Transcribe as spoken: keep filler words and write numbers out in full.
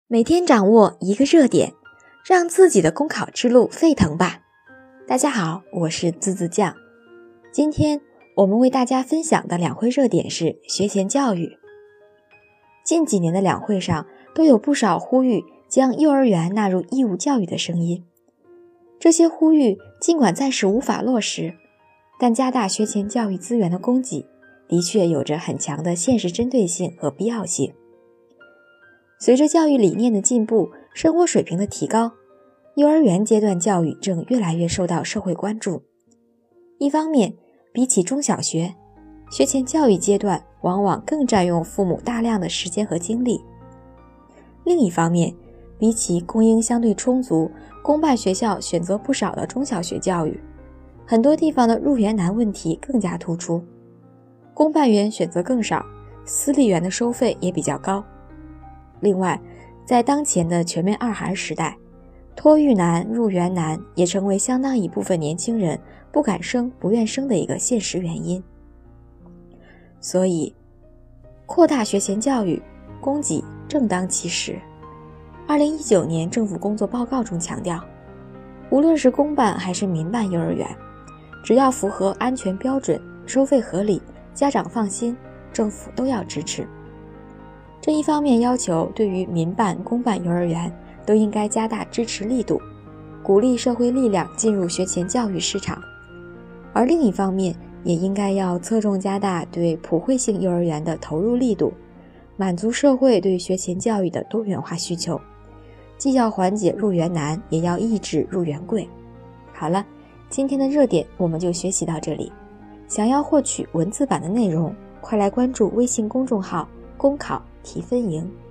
每天掌握一个热点，让自己的公考之路沸腾吧。大家好，我是滋滋酱。今天我们为大家分享的两会热点是学前教育。近几年的两会上都有不少呼吁将幼儿园纳入义务教育的声音。这些呼吁尽管暂时无法落实，但加大学前教育资源的供给的确有着很强的现实针对性和必要性。随着教育理念的进步，生活水平的提高，幼儿园阶段教育正越来越受到社会关注。一方面，比起中小学，学前教育阶段往往更占用父母大量的时间和精力。另一方面，比起供应相对充足、公办学校选择不少的中小学教育，很多地方的入园难问题更加突出。公办园选择更少，私立园的收费也比较高。另外，在当前的全面二孩时代，托育难、入园难也成为相当一部分年轻人不敢生、不愿生的一个现实原因。所以，扩大学前教育，供给正当其时。二零一九年政府工作报告中强调，无论是公办还是民办幼儿园，只要符合安全标准、收费合理、家长放心，政府都要支持。这一方面要求对于民办、公办幼儿园都应该加大支持力度，鼓励社会力量进入学前教育市场；而另一方面也应该要侧重加大对普惠性幼儿园的投入力度，满足社会对学前教育的多元化需求，既要缓解入园难，也要抑制入园贵。好了，今天的热点我们就学习到这里。想要获取文字版的内容，快来关注微信公众号公考提分营。